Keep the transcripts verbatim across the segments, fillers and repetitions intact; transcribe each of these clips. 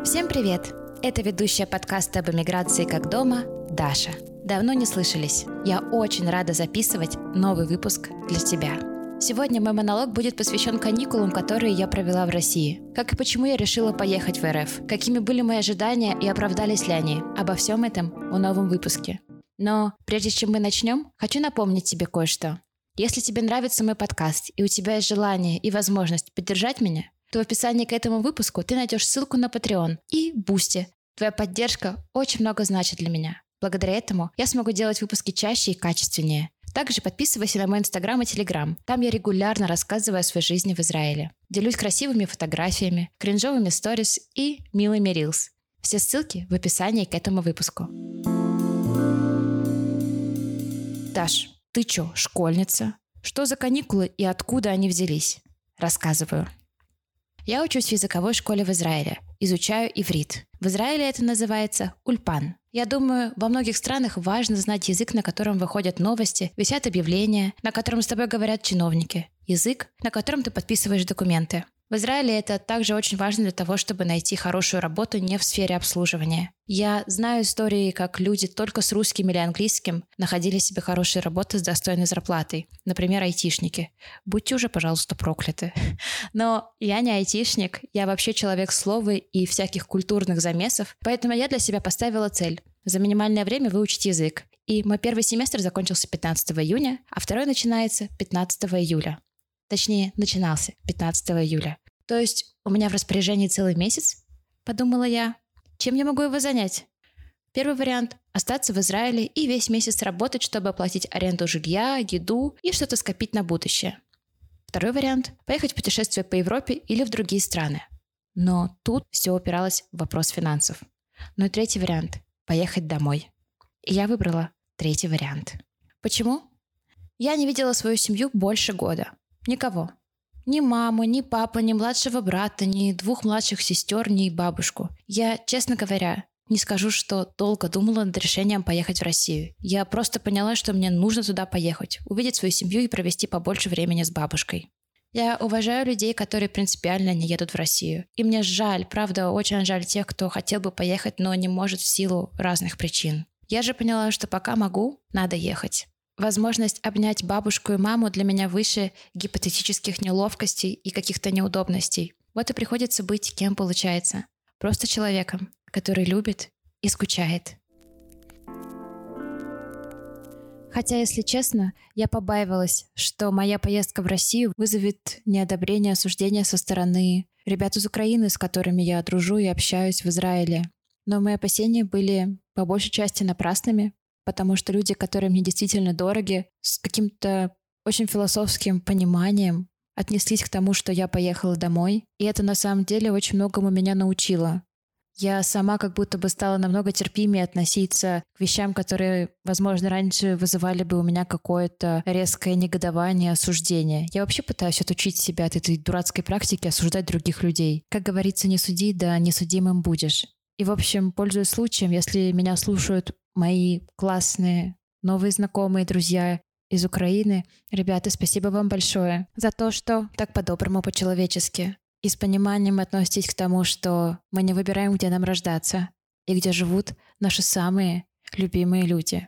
Всем привет! Это ведущая подкаста об эмиграции как дома Даша. Давно не слышались. Я очень рада записывать новый выпуск для тебя. Сегодня мой монолог будет посвящен каникулам, которые я провела в России. Как и почему я решила поехать в эр эф. Какими были мои ожидания и оправдались ли они. Обо всем этом в новом выпуске. Но прежде чем мы начнем, хочу напомнить тебе кое-что. Если тебе нравится мой подкаст и у тебя есть желание и возможность поддержать меня, то в описании к этому выпуску ты найдешь ссылку на Patreon и Boosty. Твоя поддержка очень много значит для меня. Благодаря этому я смогу делать выпуски чаще и качественнее. Также подписывайся на мой Инстаграм и Телеграм. Там я регулярно рассказываю о своей жизни в Израиле. Делюсь красивыми фотографиями, кринжовыми сторис и милыми рилс. Все ссылки в описании к этому выпуску. Даш, ты чё, школьница? Что за каникулы и откуда они взялись? Рассказываю. Я учусь в языковой школе в Израиле. Изучаю иврит. В Израиле это называется ульпан. Я думаю, во многих странах важно знать язык, на котором выходят новости, висят объявления, на котором с тобой говорят чиновники. Язык, на котором ты подписываешь документы. В Израиле это также очень важно для того, чтобы найти хорошую работу не в сфере обслуживания. Я знаю истории, как люди только с русским или английским находили себе хорошие работы с достойной зарплатой. Например, айтишники. Будьте уже, пожалуйста, прокляты. Но я не айтишник, я вообще человек слова и всяких культурных замесов, поэтому я для себя поставила цель – за минимальное время выучить язык. И мой первый семестр закончился пятнадцатого июня, а второй начинается пятнадцатого июля. Точнее, начинался пятнадцатого июля. То есть у меня в распоряжении целый месяц, подумала я. Чем я могу его занять? Первый вариант – остаться в Израиле и весь месяц работать, чтобы оплатить аренду жилья, еду и что-то скопить на будущее. Второй вариант – поехать в путешествие по Европе или в другие страны. Но тут все упиралось в вопрос финансов. Ну и третий вариант – поехать домой. И я выбрала третий вариант. Почему? Я не видела свою семью больше года. Никого. Ни маму, ни папу, ни младшего брата, ни двух младших сестер, ни бабушку. Я, честно говоря, не скажу, что долго думала над решением поехать в Россию. Я просто поняла, что мне нужно туда поехать, увидеть свою семью и провести побольше времени с бабушкой. Я уважаю людей, которые принципиально не едут в Россию. И мне жаль, правда, очень жаль тех, кто хотел бы поехать, но не может в силу разных причин. Я же поняла, что пока могу, надо ехать. Возможность обнять бабушку и маму для меня выше гипотетических неловкостей и каких-то неудобностей. Вот и приходится быть кем получается. Просто человеком, который любит и скучает. Хотя, если честно, я побаивалась, что моя поездка в Россию вызовет неодобрение, осуждение со стороны ребят из Украины, с которыми я дружу и общаюсь в Израиле. Но мои опасения были по большей части напрасными, потому что люди, которые мне действительно дороги, с каким-то очень философским пониманием отнеслись к тому, что я поехала домой. И это на самом деле очень многому меня научило. Я сама как будто бы стала намного терпимее относиться к вещам, которые, возможно, раньше вызывали бы у меня какое-то резкое негодование, осуждение. Я вообще пытаюсь отучить себя от этой дурацкой практики осуждать других людей. Как говорится, не суди, да несудимым будешь. И, в общем, пользуясь случаем, если меня слушают мои классные новые знакомые, друзья из Украины, ребята, спасибо вам большое за то, что так по-доброму, по-человечески и с пониманием относитесь к тому, что мы не выбираем, где нам рождаться и где живут наши самые любимые люди.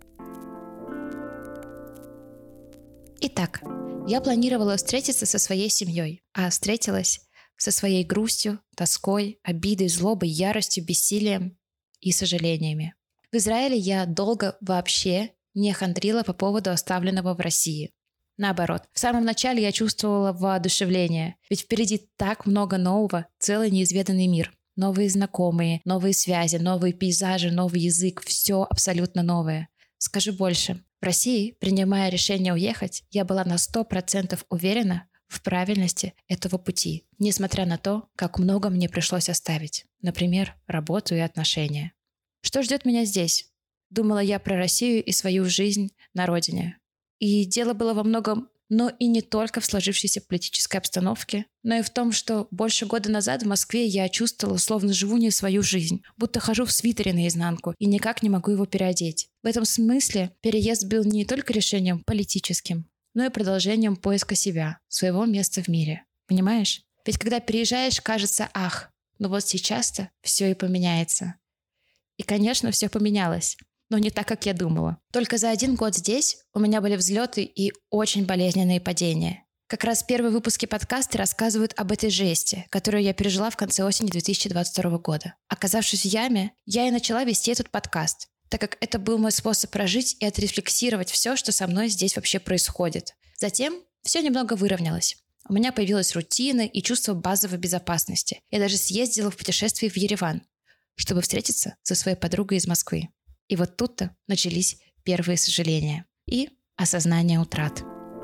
Итак, я планировала встретиться со своей семьей, а встретилась со своей грустью, тоской, обидой, злобой, яростью, бессилием и сожалениями. В Израиле я долго вообще не хандрила по поводу оставленного в России. Наоборот, в самом начале я чувствовала воодушевление, ведь впереди так много нового, целый неизведанный мир. Новые знакомые, новые связи, новые пейзажи, новый язык, все абсолютно новое. Скажу больше, в России, принимая решение уехать, я была на сто процентов уверена в правильности этого пути, несмотря на то, как много мне пришлось оставить, например, работу и отношения. Что ждет меня здесь? Думала я про Россию и свою жизнь на родине. И дело было во многом, но и не только в сложившейся политической обстановке, но и в том, что больше года назад в Москве я чувствовала, словно живу не свою жизнь, будто хожу в свитере наизнанку и никак не могу его переодеть. В этом смысле переезд был не только решением политическим, но и продолжением поиска себя, своего места в мире. Понимаешь? Ведь когда переезжаешь, кажется, ах, Но вот сейчас-то все и поменяется. И, конечно, все поменялось. Но не так, как я думала. Только за один год здесь у меня были взлеты и очень болезненные падения. Как раз первые выпуски подкаста рассказывают об этой жести, которую я пережила в конце осени две тысячи двадцать второго года. Оказавшись в яме, я и начала вести этот подкаст, так как это был мой способ прожить и отрефлексировать все, что со мной здесь вообще происходит. Затем все немного выровнялось. У меня появилась рутина и чувство базовой безопасности. Я даже съездила в путешествие в Ереван, чтобы встретиться со своей подругой из Москвы. И вот тут-то начались первые сожаления и осознание утрат.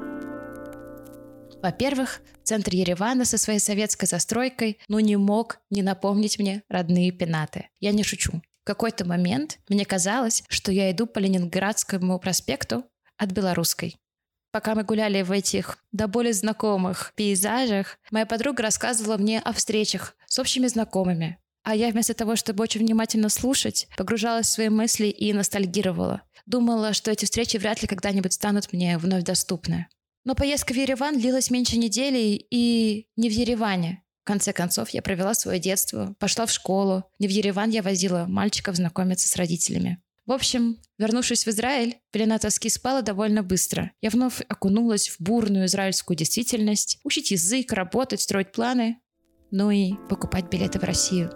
Во-первых, центр Еревана со своей советской застройкой ну не мог не напомнить мне родные пенаты. Я не шучу. В какой-то момент мне казалось, что я иду по Ленинградскому проспекту от Белорусской. Пока мы гуляли в этих до боли знакомых пейзажах, моя подруга рассказывала мне о встречах с общими знакомыми. А я вместо того, чтобы очень внимательно слушать, погружалась в свои мысли и ностальгировала. Думала, что эти встречи вряд ли когда-нибудь станут мне вновь доступны. Но поездка в Ереван длилась меньше недели и не в Ереване. В конце концов, я провела свое детство, пошла в школу. Не в Ереван я возила мальчиков знакомиться с родителями. В общем, вернувшись в Израиль, пелена тоски спала довольно быстро. Я вновь окунулась в бурную израильскую действительность, учить язык, работать, строить планы, ну и покупать билеты в Россию.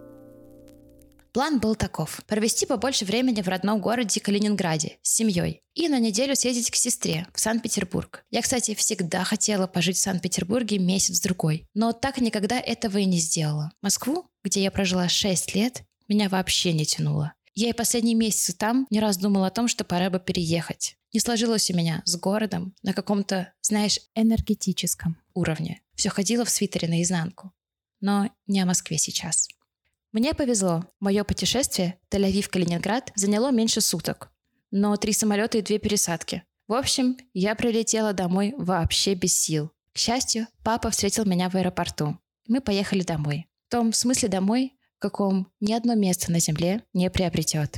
План был таков – провести побольше времени в родном городе Калининграде с семьей и на неделю съездить к сестре в Санкт-Петербург. Я, кстати, всегда хотела пожить в Санкт-Петербурге месяц-другой, но так никогда этого и не сделала. Москву, где я прожила шесть лет, меня вообще не тянуло. Я и последние месяцы там не раз думала о том, что пора бы переехать. Не сложилось у меня с городом на каком-то, знаешь, энергетическом уровне. Все ходило в свитере наизнанку. Но не о Москве сейчас. Мне повезло. Мое путешествие Тель-Авив-Калининград заняло меньше суток. Но три самолета и две пересадки. В общем, я прилетела домой вообще без сил. К счастью, папа встретил меня в аэропорту. Мы поехали домой. В том смысле домой, в каком ни одно место на земле не приобретет.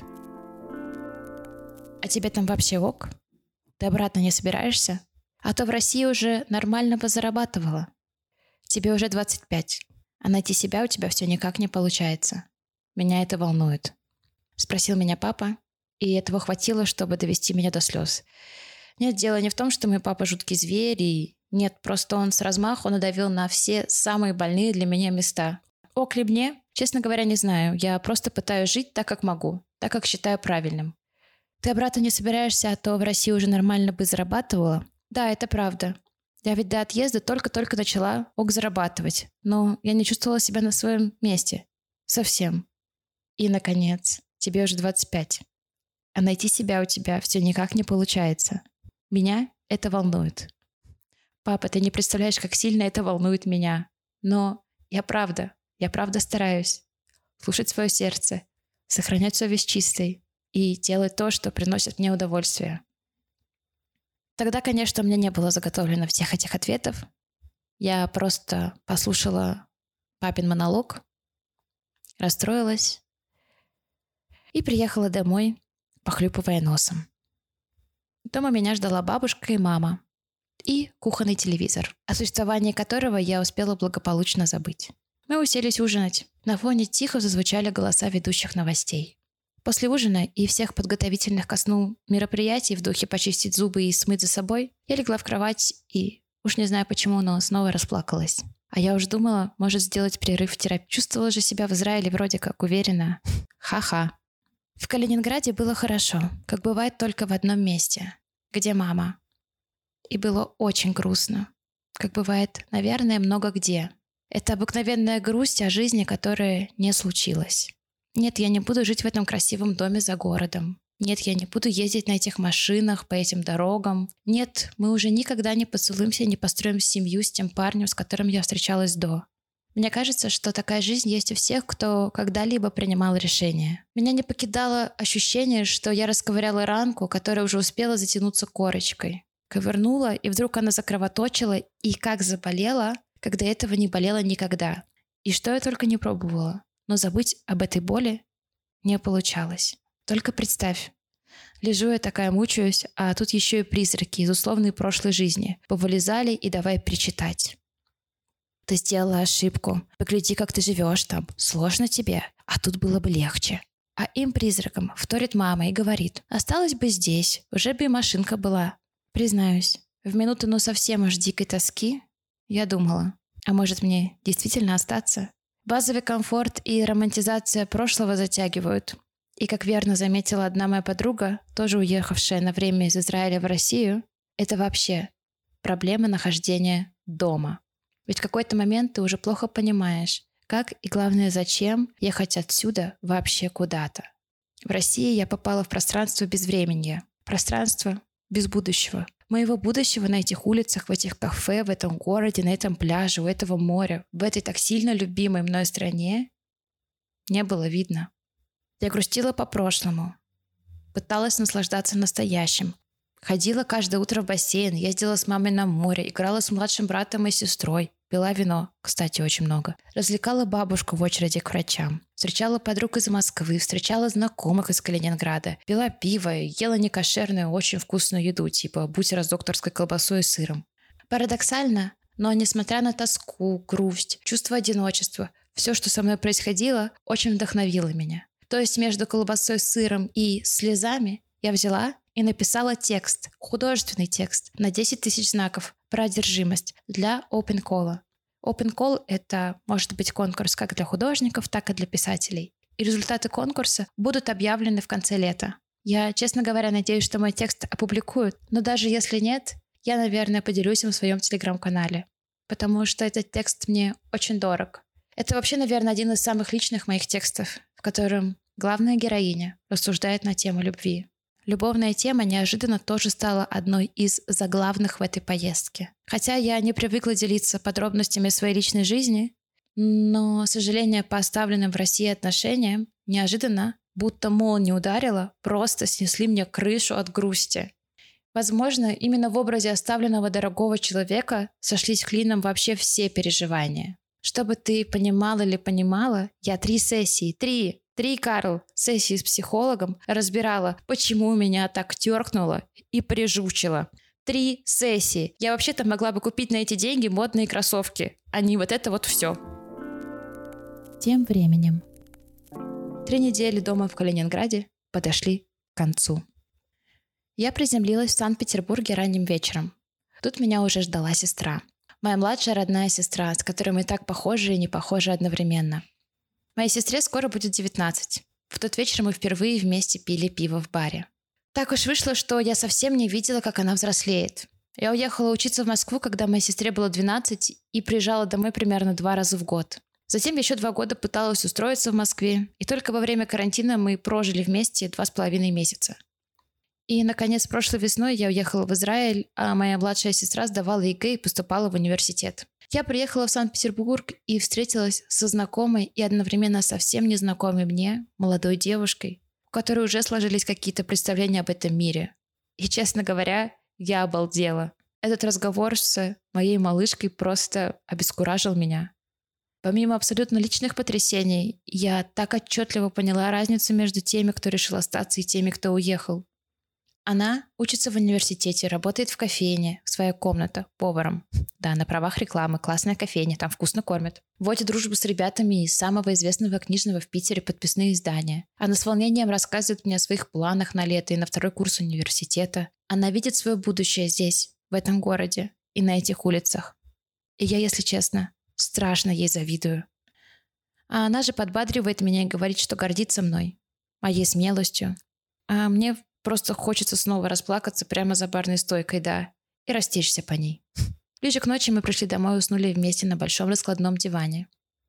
А тебе там вообще ок? Ты обратно не собираешься? А то в России уже нормально позарабатывала. Тебе уже двадцать пять. А найти себя у тебя все никак не получается. Меня это волнует. Спросил меня папа, и этого хватило, чтобы довести меня до слез. Нет, дело не в том, что мой папа жуткий зверь, и нет, просто он с размаху надавил на все самые больные для меня места. Ок ли мне? Честно говоря, не знаю. Я просто пытаюсь жить так, как могу, так, как считаю правильным. Ты обратно не собираешься, а то в России уже нормально бы зарабатывала? Да, это правда. Я ведь до отъезда только-только начала ок зарабатывать, но я не чувствовала себя на своем месте. Совсем. И, наконец, тебе уже двадцать пять. А найти себя у тебя все никак не получается. Меня это волнует. Папа, ты не представляешь, как сильно это волнует меня. Но я правда, я правда стараюсь слушать свое сердце, сохранять совесть чистой и делать то, что приносит мне удовольствие. Тогда, конечно, у меня не было заготовлено всех этих ответов. Я просто послушала папин монолог, расстроилась и приехала домой, похлюпывая носом. Дома меня ждала бабушка и мама и кухонный телевизор, о существовании которого я успела благополучно забыть. Мы уселись ужинать. На фоне тихо зазвучали голоса ведущих новостей. После ужина и всех подготовительных ко сну мероприятий в духе почистить зубы и смыть за собой, я легла в кровать и, уж не знаю почему, но снова расплакалась. А я уж думала, может сделать перерыв в терапии. Чувствовала же себя в Израиле вроде как уверенно. Ха-ха. В Калининграде было хорошо, как бывает только в одном месте, где мама. И было очень грустно, как бывает, наверное, много где. Это обыкновенная грусть о жизни, которая не случилась. Нет, я не буду жить в этом красивом доме за городом. Нет, я не буду ездить на этих машинах по этим дорогам. Нет, мы уже никогда не поцелуемся и не построим семью с тем парнем, с которым я встречалась до. Мне кажется, что такая жизнь есть у всех, кто когда-либо принимал решение. Меня не покидало ощущение, что я расковыряла ранку, которая уже успела затянуться корочкой. Ковырнула, и вдруг она закровоточила, и как заболела, когда этого не болело никогда. И что я только не пробовала. Но забыть об этой боли не получалось. Только представь. Лежу я такая, мучаюсь, а тут еще и призраки из условной прошлой жизни повылезали и давай причитать. Ты сделала ошибку. Погляди, как ты живешь там. Сложно тебе, а тут было бы легче. А им, призракам, вторит мама и говорит: осталась бы здесь, уже бы и машинка была. Признаюсь, в минуту ну совсем уж дикой тоски я думала, а может мне действительно остаться? Базовый комфорт и романтизация прошлого затягивают. И, как верно заметила одна моя подруга, тоже уехавшая на время из Израиля в Россию, это вообще проблема нахождения дома. Ведь в какой-то момент ты уже плохо понимаешь, как и, главное, зачем ехать отсюда вообще куда-то. В России я попала в пространство безвременья, пространство без будущего. Моего будущего на этих улицах, в этих кафе, в этом городе, на этом пляже, у этого моря, в этой так сильно любимой мной стране не было видно. Я грустила по прошлому, пыталась наслаждаться настоящим. Ходила каждое утро в бассейн, ездила с мамой на море, играла с младшим братом и сестрой, пила вино, кстати, очень много. Развлекала бабушку в очереди к врачам. Встречала подруг из Москвы, встречала знакомых из Калининграда. Пила пиво, ела некошерную, очень вкусную еду, типа бутера с докторской колбасой и сыром. Парадоксально, но несмотря на тоску, грусть, чувство одиночества, все, что со мной происходило, очень вдохновило меня. То есть между колбасой, сыром и слезами я взяла и написала текст, художественный текст на десять тысяч знаков про одержимость для Open Call. Open Call — это может быть конкурс как для художников, так и для писателей. И результаты конкурса будут объявлены в конце лета. Я, честно говоря, надеюсь, что мой текст опубликуют, но даже если нет, я, наверное, поделюсь им в своем телеграм-канале, потому что этот текст мне очень дорог. Это вообще, наверное, один из самых личных моих текстов, в котором главная героиня рассуждает на тему любви. Любовная тема неожиданно тоже стала одной из заглавных в этой поездке. Хотя я не привыкла делиться подробностями своей личной жизни, но сожаление по оставленным в России отношениям неожиданно, будто молния ударила, просто снесли мне крышу от грусти. Возможно, именно в образе оставленного дорогого человека сошлись клином вообще все переживания. Чтобы ты понимал или понимала, я три сессии, три, три, Карл, сессии с психологом разбирала, почему меня так тёркнуло и прижучило. Три сессии. Я вообще-то могла бы купить на эти деньги модные кроссовки, а не вот это вот все. Тем временем три недели дома в Калининграде подошли к концу. Я приземлилась в Санкт-Петербурге ранним вечером. Тут меня уже ждала сестра. Моя младшая родная сестра, с которой мы так похожи и не похожи одновременно. Моей сестре скоро будет девятнадцать. В тот вечер мы впервые вместе пили пиво в баре. Так уж вышло, что я совсем не видела, как она взрослеет. Я уехала учиться в Москву, когда моей сестре было двенадцать, и приезжала домой примерно два раза в год. Затем еще два года пыталась устроиться в Москве, и только во время карантина мы прожили вместе два с половиной месяца. И, наконец, прошлой весной я уехала в Израиль, а моя младшая сестра сдавала ЕГЭ и поступала в университет. Я приехала в Санкт-Петербург и встретилась со знакомой и одновременно совсем незнакомой мне молодой девушкой, у которой уже сложились какие-то представления об этом мире. И, честно говоря, я обалдела. Этот разговор с моей малышкой просто обескуражил меня. Помимо абсолютно личных потрясений, я так отчетливо поняла разницу между теми, кто решил остаться, и теми, кто уехал. Она учится в университете, работает в кофейне, своя комната, поваром. Да, на правах рекламы, классная кофейня, там вкусно кормят. Вводит дружбу с ребятами из самого известного книжного в Питере подписные издания. Она с волнением рассказывает мне о своих планах на лето и на второй курс университета. Она видит свое будущее здесь, в этом городе и на этих улицах. И я, если честно, страшно ей завидую. А она же подбадривает меня и говорит, что гордится мной, моей смелостью. А мне просто хочется снова расплакаться прямо за барной стойкой, да, и растечься по ней. Ближе к ночи мы пришли домой и уснули вместе на большом раскладном диване.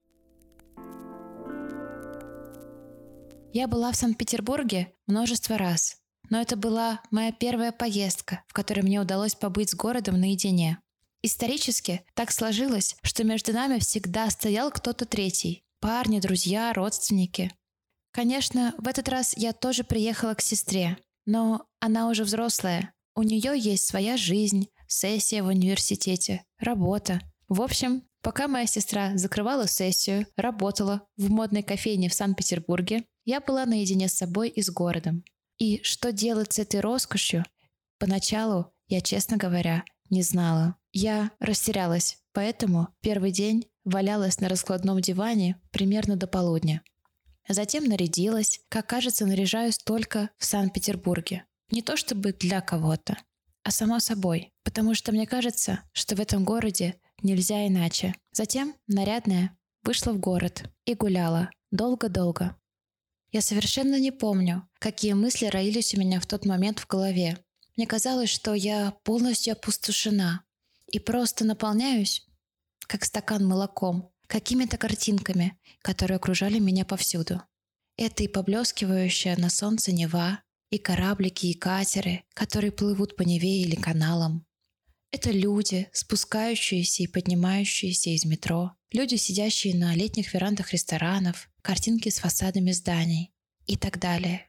Я была в Санкт-Петербурге множество раз, но это была моя первая поездка, в которой мне удалось побыть с городом наедине. Исторически так сложилось, что между нами всегда стоял кто-то третий. Парни, друзья, родственники. Конечно, в этот раз я тоже приехала к сестре. Но она уже взрослая, у нее есть своя жизнь, сессия в университете, работа. В общем, пока моя сестра закрывала сессию, работала в модной кофейне в Санкт-Петербурге, я была наедине с собой и с городом. И что делать с этой роскошью, поначалу я, честно говоря, не знала. Я растерялась, поэтому первый день валялась на раскладном диване примерно до полудня. Затем нарядилась, как кажется, наряжаюсь только в Санкт-Петербурге. Не то чтобы для кого-то, а само собой, потому что мне кажется, что в этом городе нельзя иначе. Затем, нарядная, вышла в город и гуляла долго-долго. Я совершенно не помню, какие мысли роились у меня в тот момент в голове. Мне казалось, что я полностью опустошена и просто наполняюсь, как стакан молоком, какими-то картинками, которые окружали меня повсюду. Это и поблескивающая на солнце Нева, и кораблики, и катеры, которые плывут по Неве или каналам. Это люди, спускающиеся и поднимающиеся из метро, люди, сидящие на летних верандах ресторанов, картинки с фасадами зданий и так далее.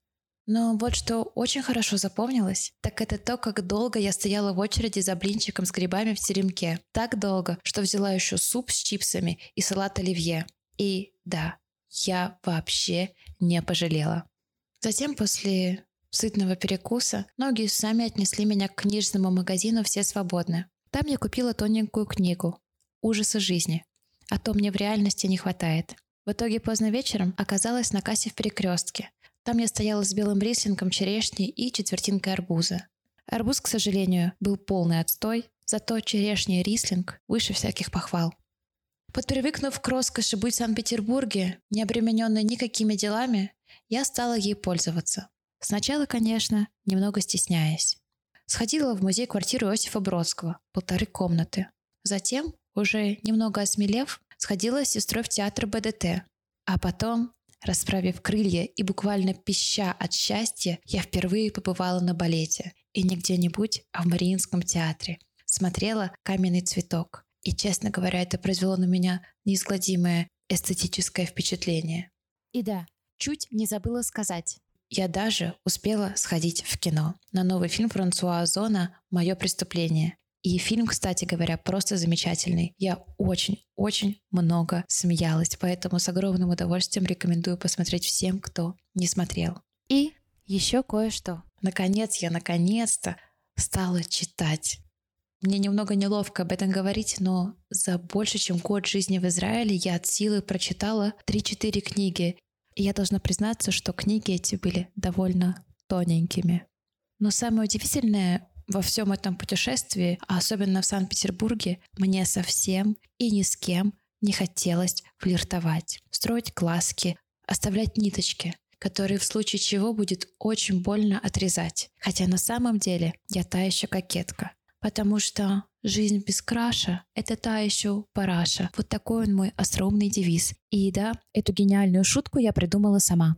Но вот что очень хорошо запомнилось, так это то, как долго я стояла в очереди за блинчиком с грибами в теремке. Так долго, что взяла еще суп с чипсами и салат оливье. И да, я вообще не пожалела. Затем после сытного перекуса ноги сами отнесли меня к книжному магазину «Все свободны». Там я купила тоненькую книгу «Ужасы жизни», а то мне в реальности не хватает. В итоге поздно вечером оказалась на кассе в Перекрестке. Там я стояла с белым рислингом черешни и четвертинкой арбуза. Арбуз, к сожалению, был полный отстой, зато черешня и рислинг выше всяких похвал. Подпривыкнув к роскоши быть в Санкт-Петербурге, не обремененной никакими делами, я стала ей пользоваться. Сначала, конечно, немного стесняясь. Сходила в музей-квартиру Иосифа Бродского, полторы комнаты. Затем, уже немного осмелев, сходила с сестрой в театр Бэ Дэ Тэ. А потом, расправив крылья и буквально пища от счастья, я впервые побывала на балете. И не где-нибудь, а в Мариинском театре. Смотрела «Каменный цветок». И, честно говоря, это произвело на меня неизгладимое эстетическое впечатление. И да, чуть не забыла сказать. Я даже успела сходить в кино на новый фильм Франсуа Озона «Мое преступление». И фильм, кстати говоря, просто замечательный. Я очень-очень много смеялась, поэтому с огромным удовольствием рекомендую посмотреть всем, кто не смотрел. И еще кое-что. Наконец, я наконец-то стала читать. Мне немного неловко об этом говорить, но за больше, чем год жизни в Израиле я от силы прочитала три-четыре книги. И я должна признаться, что книги эти были довольно тоненькими. Но самое удивительное во всем этом путешествии, а особенно в Санкт-Петербурге, мне совсем и ни с кем не хотелось флиртовать, строить глазки, оставлять ниточки, которые в случае чего будет очень больно отрезать. Хотя на самом деле я та еще кокетка. Потому что жизнь без краша — это та еще параша. Вот такой он мой остроумный девиз. И да, эту гениальную шутку я придумала сама.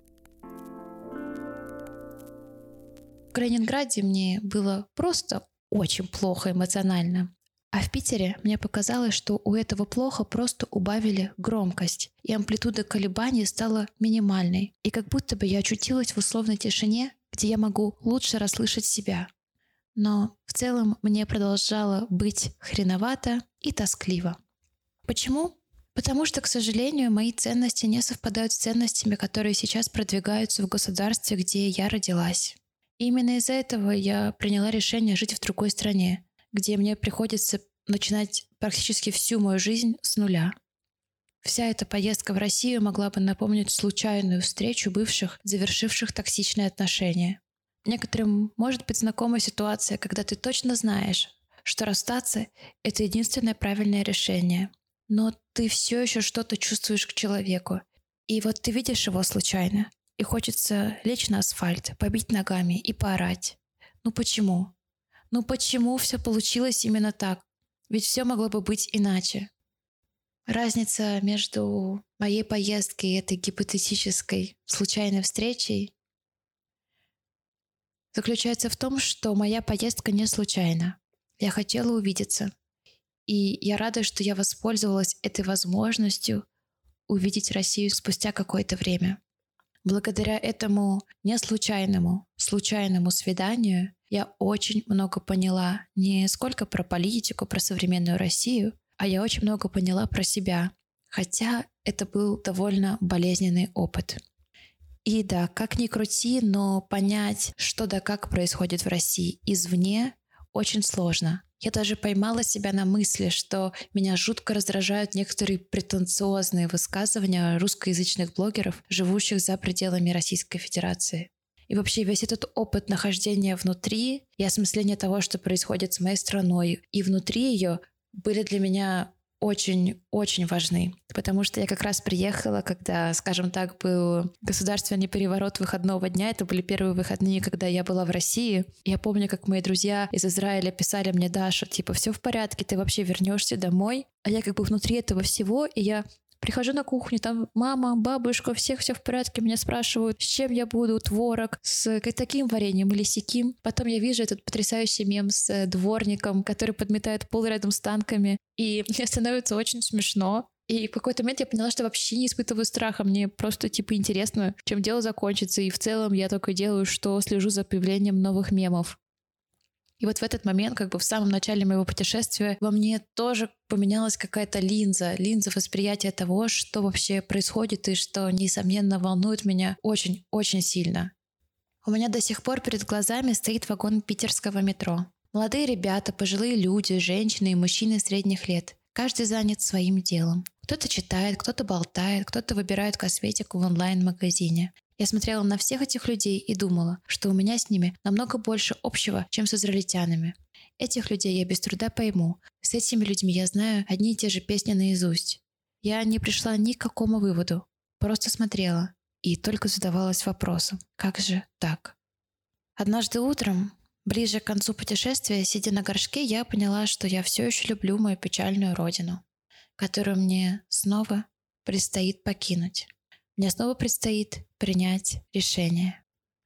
В Калининграде мне было просто очень плохо эмоционально. А в Питере мне показалось, что у этого плохо просто убавили громкость, и амплитуда колебаний стала минимальной. И как будто бы я очутилась в условной тишине, где я могу лучше расслышать себя. Но в целом мне продолжало быть хреновато и тоскливо. Почему? Потому что, к сожалению, мои ценности не совпадают с ценностями, которые сейчас продвигаются в государстве, где я родилась. И именно из-за этого я приняла решение жить в другой стране, где мне приходится начинать практически всю мою жизнь с нуля. Вся эта поездка в Россию могла бы напомнить случайную встречу бывших, завершивших токсичные отношения. Некоторым может быть знакома ситуация, когда ты точно знаешь, что расстаться — это единственное правильное решение. Но ты все еще что-то чувствуешь к человеку. И вот ты видишь его случайно, и хочется лечь на асфальт, побить ногами и поорать. Ну почему? Ну почему все получилось именно так? Ведь все могло бы быть иначе. Разница между моей поездкой и этой гипотетической случайной встречей заключается в том, что моя поездка не случайна. Я хотела увидеться. И я рада, что я воспользовалась этой возможностью увидеть Россию спустя какое-то время. Благодаря этому неслучайному, случайному свиданию я очень много поняла не сколько про политику, про современную Россию, а я очень много поняла про себя. Хотя это был довольно болезненный опыт. И да, как ни крути, но понять, что да как происходит в России извне, очень сложно. Я даже поймала себя на мысли, что меня жутко раздражают некоторые претенциозные высказывания русскоязычных блогеров, живущих за пределами Российской Федерации. И вообще весь этот опыт нахождения внутри и осмысления того, что происходит с моей страной и внутри ее, были для меня очень-очень важны. Потому что я как раз приехала, когда, скажем так, был государственный переворот выходного дня. Это были первые выходные, когда я была в России. Я помню, как мои друзья из Израиля писали мне: Даша, типа, все в порядке, ты вообще вернешься домой. А я как бы внутри этого всего, и я прихожу на кухню, там мама, бабушка, всех все в порядке, меня спрашивают, с чем я буду, творог, с таким вареньем или сяким. Потом я вижу этот потрясающий мем с дворником, который подметает пол рядом с танками, и мне становится очень смешно. И в какой-то момент я поняла, что вообще не испытываю страха, мне просто типа интересно, чем дело закончится, и в целом я только делаю, что слежу за появлением новых мемов. И вот в этот момент, как бы в самом начале моего путешествия, во мне тоже поменялась какая-то линза, линза восприятия того, что вообще происходит и что, несомненно, волнует меня очень-очень сильно. У меня до сих пор перед глазами стоит вагон питерского метро. Молодые ребята, пожилые люди, женщины и мужчины средних лет. Каждый занят своим делом. Кто-то читает, кто-то болтает, кто-то выбирает косметику в онлайн-магазине. Я смотрела на всех этих людей и думала, что у меня с ними намного больше общего, чем с израильтянами. Этих людей я без труда пойму. С этими людьми я знаю одни и те же песни наизусть. Я не пришла ни к какому выводу, просто смотрела и только задавалась вопросом: как же так? Однажды утром, ближе к концу путешествия, сидя на горшке, я поняла, что я все еще люблю мою печальную родину, которую мне снова предстоит покинуть. Мне снова предстоит принять решение.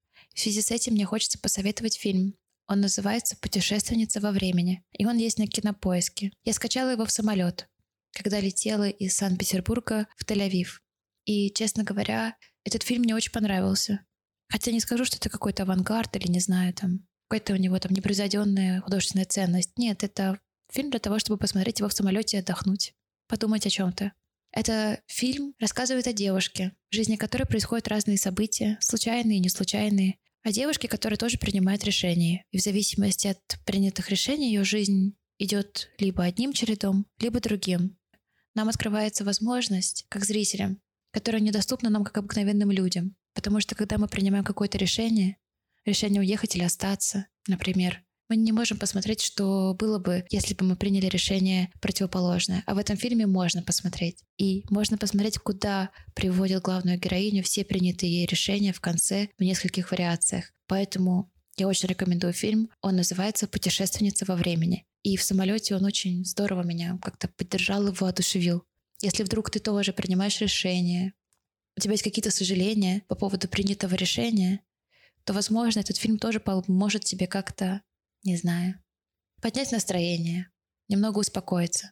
В связи с этим мне хочется посоветовать фильм. Он называется «Путешественница во времени», и он есть на Кинопоиске. Я скачала его в самолет, когда летела из Санкт-Петербурга в Тель-Авив. И, честно говоря, этот фильм мне очень понравился. Хотя не скажу, что это какой-то авангард или, не знаю, там, какая-то у него там непревзойденная художественная ценность. Нет, это фильм для того, чтобы посмотреть его в самолете и отдохнуть, подумать о чем-то. Это фильм рассказывает о девушке, в жизни которой происходят разные события, случайные и неслучайные, о девушке, которая тоже принимает решения. И в зависимости от принятых решений ее жизнь идет либо одним чередом, либо другим. Нам открывается возможность, как зрителям, которая недоступна нам как обыкновенным людям. Потому что когда мы принимаем какое-то решение, решение уехать или остаться, например, мы не можем посмотреть, что было бы, если бы мы приняли решение противоположное. А в этом фильме можно посмотреть. И можно посмотреть, куда приводят главную героиню все принятые ей решения в конце в нескольких вариациях. Поэтому я очень рекомендую фильм. Он называется «Путешественница во времени». И в самолете он очень здорово меня как-то поддержал и воодушевил. Если вдруг ты тоже принимаешь решение, у тебя есть какие-то сожаления по поводу принятого решения, то, возможно, этот фильм тоже поможет тебе как-то, не знаю, поднять настроение, немного успокоиться.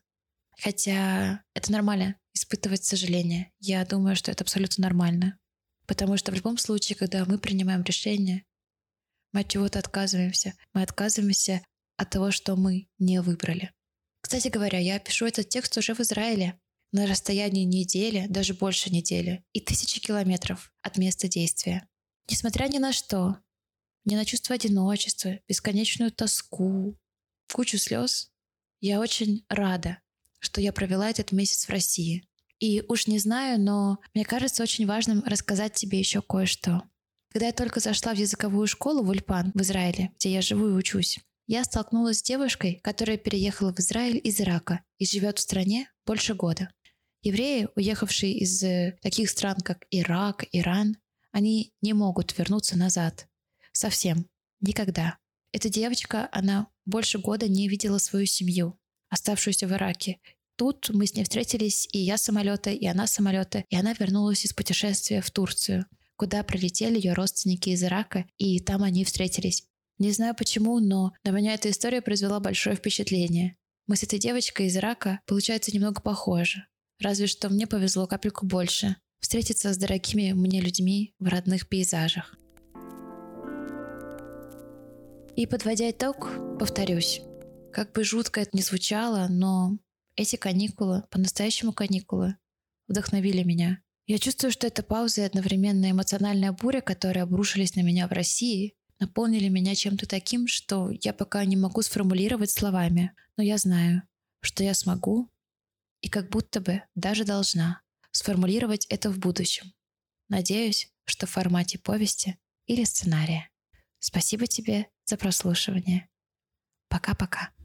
Хотя это нормально, испытывать сожаление. Я думаю, что это абсолютно нормально. Потому что в любом случае, когда мы принимаем решение, мы от чего-то отказываемся. Мы отказываемся от того, что мы не выбрали. Кстати говоря, я пишу этот текст уже в Израиле, на расстоянии недели, даже больше недели, и тысячи километров от места действия. Несмотря ни на что, ни на чувство одиночества, бесконечную тоску, кучу слез, я очень рада, что я провела этот месяц в России. И уж не знаю, но мне кажется очень важным рассказать тебе еще кое-что. Когда я только зашла в языковую школу в Ульпан в Израиле, где я живу и учусь, я столкнулась с девушкой, которая переехала в Израиль из Ирака и живет в стране больше года. Евреи, уехавшие из таких стран, как Ирак, Иран, они не могут вернуться назад. Совсем. Никогда. Эта девочка, она больше года не видела свою семью, оставшуюся в Ираке. Тут мы с ней встретились, и я с самолета, и она с самолета, и она вернулась из путешествия в Турцию, куда прилетели ее родственники из Ирака, и там они встретились. Не знаю почему, но на меня эта история произвела большое впечатление. Мы с этой девочкой из Ирака, получается, немного похожи. Разве что мне повезло капельку больше встретиться с дорогими мне людьми в родных пейзажах. И подводя итог, повторюсь, как бы жутко это ни звучало, но эти каникулы, по-настоящему каникулы, вдохновили меня. Я чувствую, что это пауза и одновременно эмоциональная буря, которые обрушились на меня в России, наполнили меня чем-то таким, что я пока не могу сформулировать словами. Но я знаю, что я смогу и как будто бы даже должна сформулировать это в будущем. Надеюсь, что в формате повести или сценария. Спасибо тебе за прослушивание. Пока-пока.